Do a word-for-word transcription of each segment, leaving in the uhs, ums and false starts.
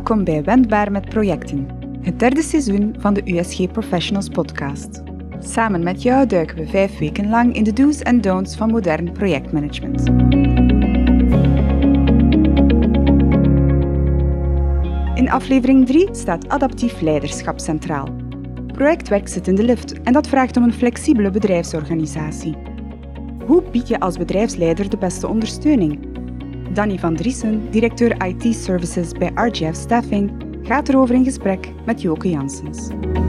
Welkom bij Wendbaar met Projecten, het derde seizoen van de U S G Professionals podcast. Samen met jou duiken we vijf weken lang in de do's en don'ts van modern projectmanagement. In aflevering drie staat adaptief leiderschap centraal. Projectwerk zit in de lift en dat vraagt om een flexibele bedrijfsorganisatie. Hoe bied je als bedrijfsleider de beste ondersteuning? Danny van Driessen, directeur I T Services bij R G F Staffing, gaat erover in gesprek met Joke Janssens.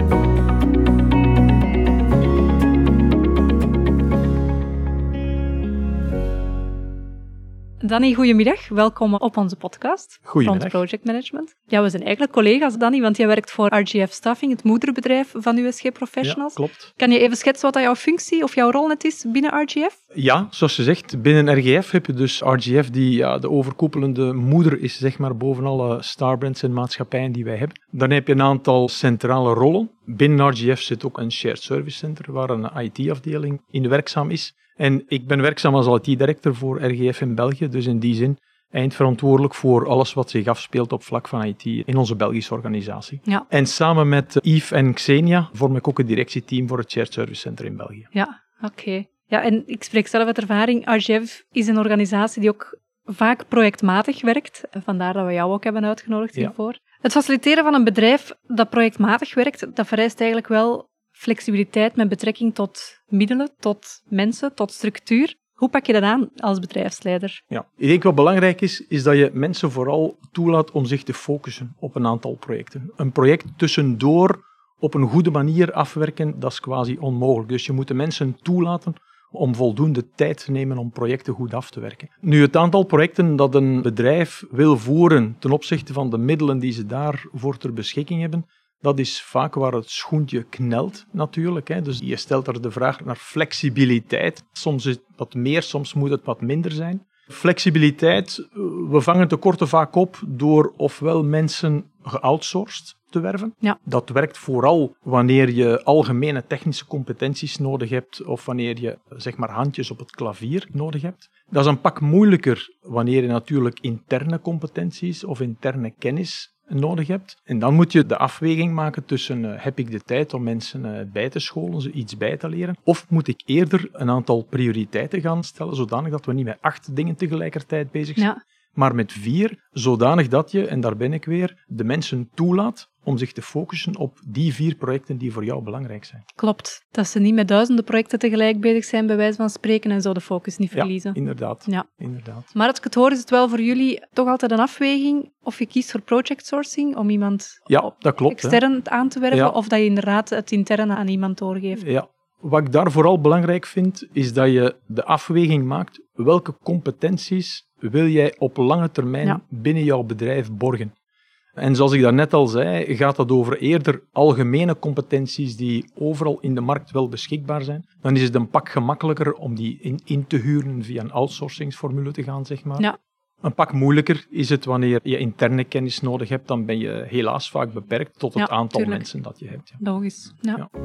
Danny, goedemiddag. Welkom op onze podcast Goedemiddag. Rond Project Management. Ja, we zijn eigenlijk collega's, Danny, want jij werkt voor R G F Staffing, het moederbedrijf van U S G Professionals. Ja, klopt. Kan je even schetsen wat jouw functie of jouw rol net is binnen R G F? Ja, zoals je zegt, binnen R G F heb je dus R G F die ja, de overkoepelende moeder is, zeg maar, boven alle starbrands en maatschappijen die wij hebben. Dan heb je een aantal centrale rollen. Binnen R G F zit ook een shared service center waar een I T-afdeling in werkzaam is. En ik ben werkzaam als I T-director voor R G F in België, dus in die zin eindverantwoordelijk voor alles wat zich afspeelt op vlak van I T in onze Belgische organisatie. Ja. En samen met Yves en Xenia vorm ik ook het directieteam voor het Shared Service Center in België. Ja, oké. Okay. Ja, en ik spreek zelf uit ervaring. R G F is een organisatie die ook vaak projectmatig werkt. En vandaar dat we jou ook hebben uitgenodigd hiervoor. Ja. Het faciliteren van een bedrijf dat projectmatig werkt, dat vereist eigenlijk wel flexibiliteit met betrekking tot middelen, tot mensen, tot structuur. Hoe pak je dat aan als bedrijfsleider? Ja, ik denk wat belangrijk is, is dat je mensen vooral toelaat om zich te focussen op een aantal projecten. Een project tussendoor op een goede manier afwerken, dat is quasi onmogelijk. Dus je moet de mensen toelaten om voldoende tijd te nemen om projecten goed af te werken. Nu, het aantal projecten dat een bedrijf wil voeren ten opzichte van de middelen die ze daarvoor ter beschikking hebben, dat is vaak waar het schoentje knelt natuurlijk. Hè. Dus je stelt er de vraag naar flexibiliteit. Soms is het wat meer, soms moet het wat minder zijn. Flexibiliteit, we vangen tekorten vaak op door ofwel mensen geoutsourced te werven. Ja. Dat werkt vooral wanneer je algemene technische competenties nodig hebt of wanneer je zeg maar handjes op het klavier nodig hebt. Dat is een pak moeilijker wanneer je natuurlijk interne competenties of interne kennis nodig hebt. En dan moet je de afweging maken tussen uh, heb ik de tijd om mensen uh, bij te scholen, ze iets bij te leren, of moet ik eerder een aantal prioriteiten gaan stellen, zodanig dat we niet met acht dingen tegelijkertijd bezig zijn, ja. maar met vier, zodanig dat je, en daar ben ik weer, de mensen toelaat om zich te focussen op die vier projecten die voor jou belangrijk zijn. Klopt. Dat ze niet met duizenden projecten tegelijk bezig zijn, bij wijze van spreken, en zo de focus niet verliezen. Ja, inderdaad. Ja. inderdaad. Maar als ik het hoor, is het wel voor jullie toch altijd een afweging of je kiest voor project sourcing, om iemand ja, dat klopt, extern hè. aan te werven, ja. of dat je inderdaad het interne aan iemand doorgeeft. Ja. Wat ik daar vooral belangrijk vind, is dat je de afweging maakt welke competenties wil jij op lange termijn ja. binnen jouw bedrijf borgen. En zoals ik daarnet al zei, gaat dat over eerder algemene competenties die overal in de markt wel beschikbaar zijn. Dan is het een pak gemakkelijker om die in, in te huren via een outsourcingsformule te gaan, zeg maar. Ja. Een pak moeilijker is het wanneer je interne kennis nodig hebt, dan ben je helaas vaak beperkt tot het ja, aantal tuurlijk. mensen dat je hebt. Ja. Logisch. Ja. Ja.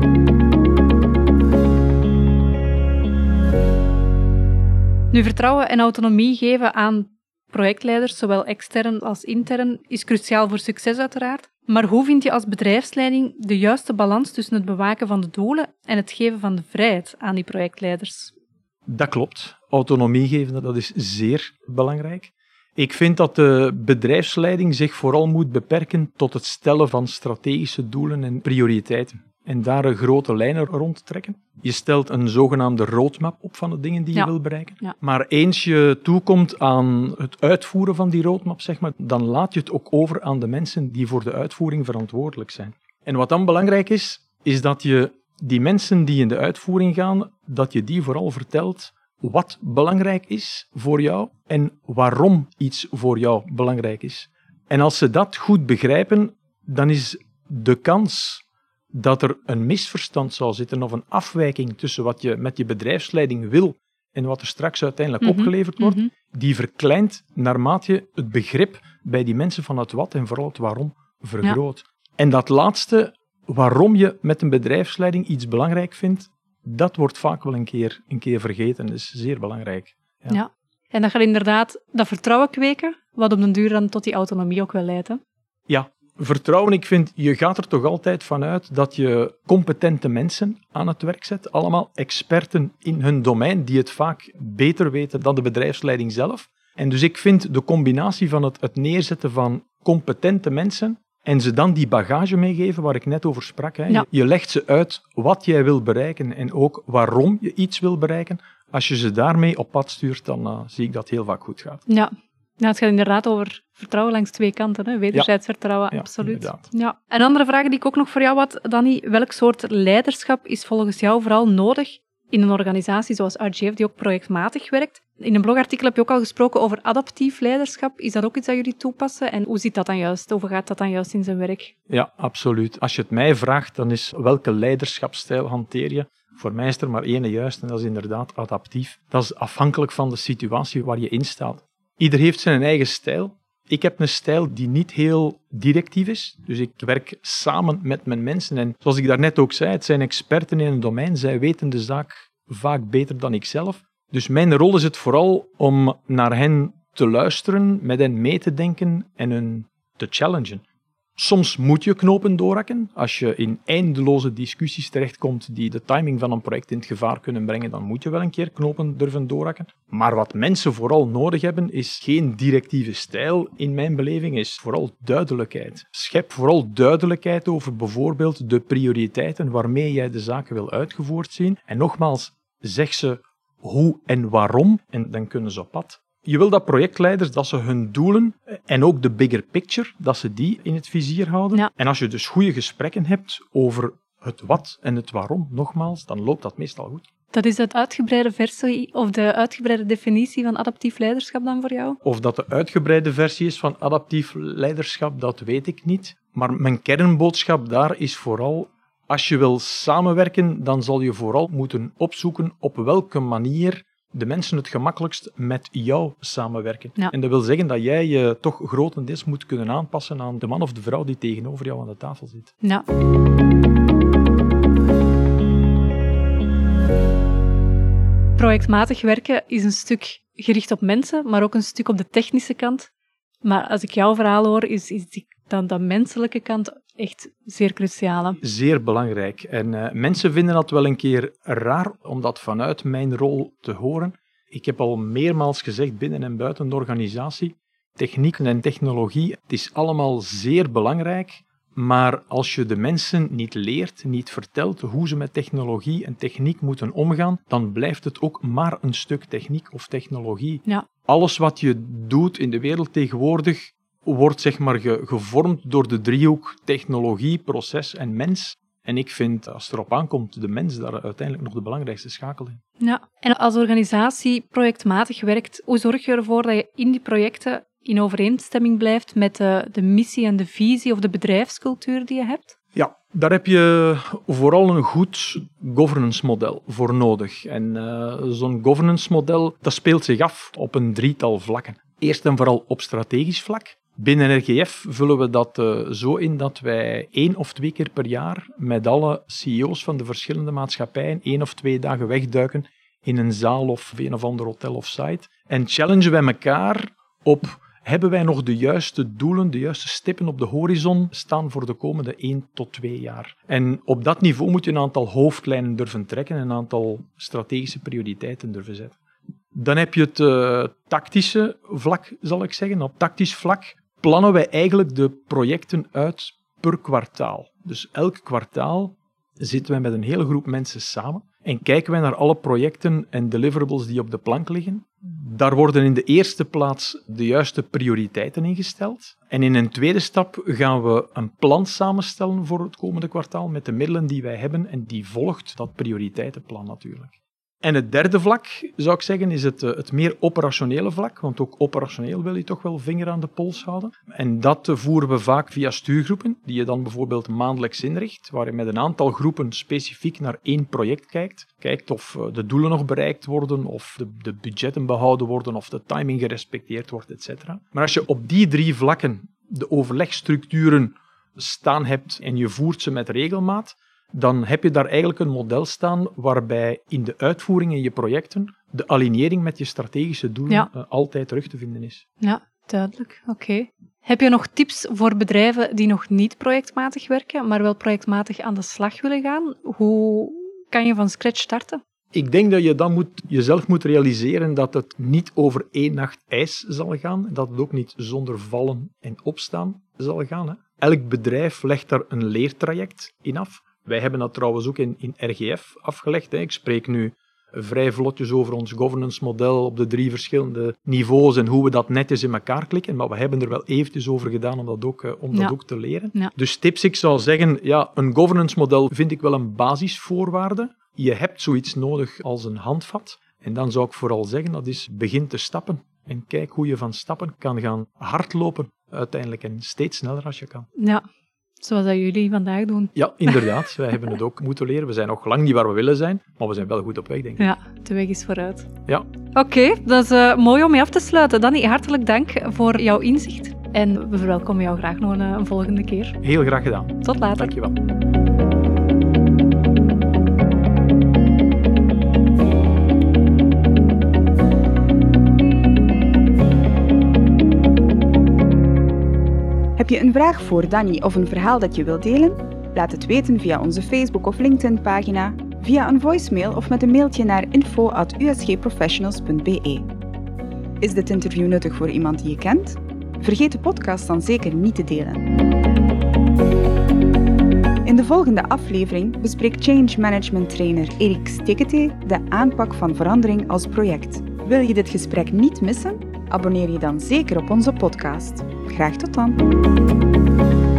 Nu, vertrouwen en autonomie geven aan projectleiders, zowel extern als intern, is cruciaal voor succes uiteraard. Maar hoe vind je als bedrijfsleiding de juiste balans tussen het bewaken van de doelen en het geven van de vrijheid aan die projectleiders? Dat klopt. Autonomie geven, dat is zeer belangrijk. Ik vind dat de bedrijfsleiding zich vooral moet beperken tot het stellen van strategische doelen en prioriteiten. En daar grote lijnen rond trekken. Je stelt een zogenaamde roadmap op van de dingen die je ja. wil bereiken. Ja. Maar eens je toekomt aan het uitvoeren van die roadmap, zeg maar, dan laat je het ook over aan de mensen die voor de uitvoering verantwoordelijk zijn. En wat dan belangrijk is, is dat je die mensen die in de uitvoering gaan, dat je die vooral vertelt wat belangrijk is voor jou en waarom iets voor jou belangrijk is. En als ze dat goed begrijpen, dan is de kans dat er een misverstand zou zitten of een afwijking tussen wat je met je bedrijfsleiding wil en wat er straks uiteindelijk mm-hmm. opgeleverd wordt, mm-hmm. die verkleint naarmate je het begrip bij die mensen van het wat en vooral het waarom vergroot. Ja. En dat laatste, waarom je met een bedrijfsleiding iets belangrijk vindt, dat wordt vaak wel een keer, een keer vergeten. Dat is zeer belangrijk. Ja. ja. En dat gaat inderdaad dat vertrouwen kweken, wat op den duur dan tot die autonomie ook wel leidt. Hè? Ja, vertrouwen, ik vind, je gaat er toch altijd vanuit dat je competente mensen aan het werk zet, allemaal experten in hun domein, die het vaak beter weten dan de bedrijfsleiding zelf. En dus ik vind de combinatie van het, het neerzetten van competente mensen en ze dan die bagage meegeven waar ik net over sprak. Hè. Ja. Je, je legt ze uit wat jij wil bereiken en ook waarom je iets wil bereiken. Als je ze daarmee op pad stuurt, dan uh, zie ik dat het heel vaak goed gaat. Ja. Ja, het gaat inderdaad over vertrouwen langs twee kanten. Hè? Wederzijds ja. vertrouwen, ja, absoluut. Inderdaad. Ja. Een andere vraag die ik ook nog voor jou had, Danny. Welk soort leiderschap is volgens jou vooral nodig in een organisatie zoals R G F, die ook projectmatig werkt? In een blogartikel heb je ook al gesproken over adaptief leiderschap. Is dat ook iets dat jullie toepassen? En hoe zit dat dan juist? Hoe gaat dat dan juist in zijn werk? Ja, absoluut. Als je het mij vraagt, dan is welke leiderschapsstijl hanteer je? Voor mij is er maar één juist en dat is inderdaad adaptief. Dat is afhankelijk van de situatie waar je in staat. Ieder heeft zijn eigen stijl. Ik heb een stijl die niet heel directief is. Dus ik werk samen met mijn mensen. En zoals ik daarnet ook zei, het zijn experten in een domein. Zij weten de zaak vaak beter dan ik zelf. Dus mijn rol is het vooral om naar hen te luisteren, met hen mee te denken en hun te challengen. Soms moet je knopen doorhakken. Als je in eindeloze discussies terechtkomt die de timing van een project in het gevaar kunnen brengen, dan moet je wel een keer knopen durven doorhakken. Maar wat mensen vooral nodig hebben, is geen directieve stijl. In mijn beleving is vooral duidelijkheid. Schep vooral duidelijkheid over bijvoorbeeld de prioriteiten waarmee jij de zaken wil uitgevoerd zien. En nogmaals, zeg ze hoe en waarom, en dan kunnen ze op pad. Je wil dat projectleiders, dat ze hun doelen en ook de bigger picture, dat ze die in het vizier houden. Ja. En als je dus goede gesprekken hebt over het wat en het waarom, nogmaals, dan loopt dat meestal goed. Dat is de uitgebreide versie of de uitgebreide definitie van adaptief leiderschap dan voor jou? Of dat de uitgebreide versie is van adaptief leiderschap, dat weet ik niet. Maar mijn kernboodschap daar is vooral, als je wil samenwerken, dan zal je vooral moeten opzoeken op welke manier de mensen het gemakkelijkst met jou samenwerken. Ja. En dat wil zeggen dat jij je toch grotendeels moet kunnen aanpassen aan de man of de vrouw die tegenover jou aan de tafel zit. Ja. Projectmatig werken is een stuk gericht op mensen, maar ook een stuk op de technische kant. Maar als ik jouw verhaal hoor, is, is die, dan de menselijke kant echt zeer cruciaal. Hè? Zeer belangrijk. En uh, mensen vinden dat wel een keer raar om dat vanuit mijn rol te horen. Ik heb al meermaals gezegd binnen en buiten de organisatie, techniek en technologie, het is allemaal zeer belangrijk. Maar als je de mensen niet leert, niet vertelt hoe ze met technologie en techniek moeten omgaan, dan blijft het ook maar een stuk techniek of technologie. Ja. Alles wat je doet in de wereld tegenwoordig wordt zeg maar ge- gevormd door de driehoek technologie, proces en mens. En ik vind, als het erop aankomt, de mens daar uiteindelijk nog de belangrijkste schakel in. Ja. En als organisatie projectmatig werkt, hoe zorg je ervoor dat je in die projecten in overeenstemming blijft met de, de missie en de visie of de bedrijfscultuur die je hebt? Ja, daar heb je vooral een goed governance model voor nodig. En uh, zo'n governance model, dat speelt zich af op een drietal vlakken. Eerst en vooral op strategisch vlak. Binnen R G F vullen we dat uh, zo in dat wij één of twee keer per jaar met alle C E O's van de verschillende maatschappijen één of twee dagen wegduiken in een zaal of een of ander hotel of site. En challengen wij elkaar op: hebben wij nog de juiste doelen, de juiste stippen op de horizon staan voor de komende één tot twee jaar? En op dat niveau moet je een aantal hoofdlijnen durven trekken, een aantal strategische prioriteiten durven zetten. Dan heb je het uh, tactische vlak, zal ik zeggen. Op tactisch vlak plannen wij eigenlijk de projecten uit per kwartaal. Dus elk kwartaal zitten wij met een hele groep mensen samen en kijken wij naar alle projecten en deliverables die op de plank liggen. Daar worden in de eerste plaats de juiste prioriteiten ingesteld. En in een tweede stap gaan we een plan samenstellen voor het komende kwartaal met de middelen die wij hebben en die volgt dat prioriteitenplan natuurlijk. En het derde vlak, zou ik zeggen, is het, het meer operationele vlak, want ook operationeel wil je toch wel vinger aan de pols houden. En dat voeren we vaak via stuurgroepen, die je dan bijvoorbeeld maandelijks inricht, waar je met een aantal groepen specifiek naar één project kijkt. Kijkt of de doelen nog bereikt worden, of de, de budgetten behouden worden, of de timing gerespecteerd wordt, et cetera. Maar als je op die drie vlakken de overlegstructuren staan hebt en je voert ze met regelmaat, dan heb je daar eigenlijk een model staan waarbij in de uitvoering in je projecten de alignering met je strategische doelen ja. uh, altijd terug te vinden is. Ja, Duidelijk, oké. Okay. Heb je nog tips voor bedrijven die nog niet projectmatig werken, maar wel projectmatig aan de slag willen gaan? Hoe kan je van scratch starten? Ik denk dat je dan moet, jezelf moet realiseren dat het niet over één nacht ijs zal gaan. Dat het ook niet zonder vallen en opstaan zal gaan. Hè. Elk bedrijf legt daar een leertraject in af. Wij hebben dat trouwens ook in, in R G F afgelegd. Hè. Ik spreek nu vrij vlotjes over ons governance model op de drie verschillende niveaus en hoe we dat netjes in elkaar klikken. Maar we hebben er wel eventjes over gedaan om dat ook, uh, om ja. dat ook te leren. Ja. Dus tips, ik zou zeggen, ja, een governance model vind ik wel een basisvoorwaarde. Je hebt zoiets nodig als een handvat. En dan zou ik vooral zeggen, dat is begin te stappen. En kijk hoe je van stappen kan gaan hardlopen uiteindelijk. En steeds sneller als je kan. Ja, zoals dat jullie vandaag doen. Ja, inderdaad. Wij hebben het ook moeten leren. We zijn nog lang niet waar we willen zijn, maar we zijn wel goed op weg, denk ik. Ja, de weg is vooruit. Ja. Oké, okay, dat is uh, mooi om mee af te sluiten. Danny, hartelijk dank voor jouw inzicht. En we verwelkomen jou graag nog een, een volgende keer. Heel graag gedaan. Tot later. Dank je wel. Heb je een vraag voor Danny of een verhaal dat je wilt delen? Laat het weten via onze Facebook- of LinkedIn-pagina, via een voicemail of met een mailtje naar info at u s g professionals punt b e. Is dit interview nuttig voor iemand die je kent? Vergeet de podcast dan zeker niet te delen. In de volgende aflevering bespreekt change management trainer Erik Steketee de aanpak van verandering als project. Wil je dit gesprek niet missen? Abonneer je dan zeker op onze podcast. Graag tot dan!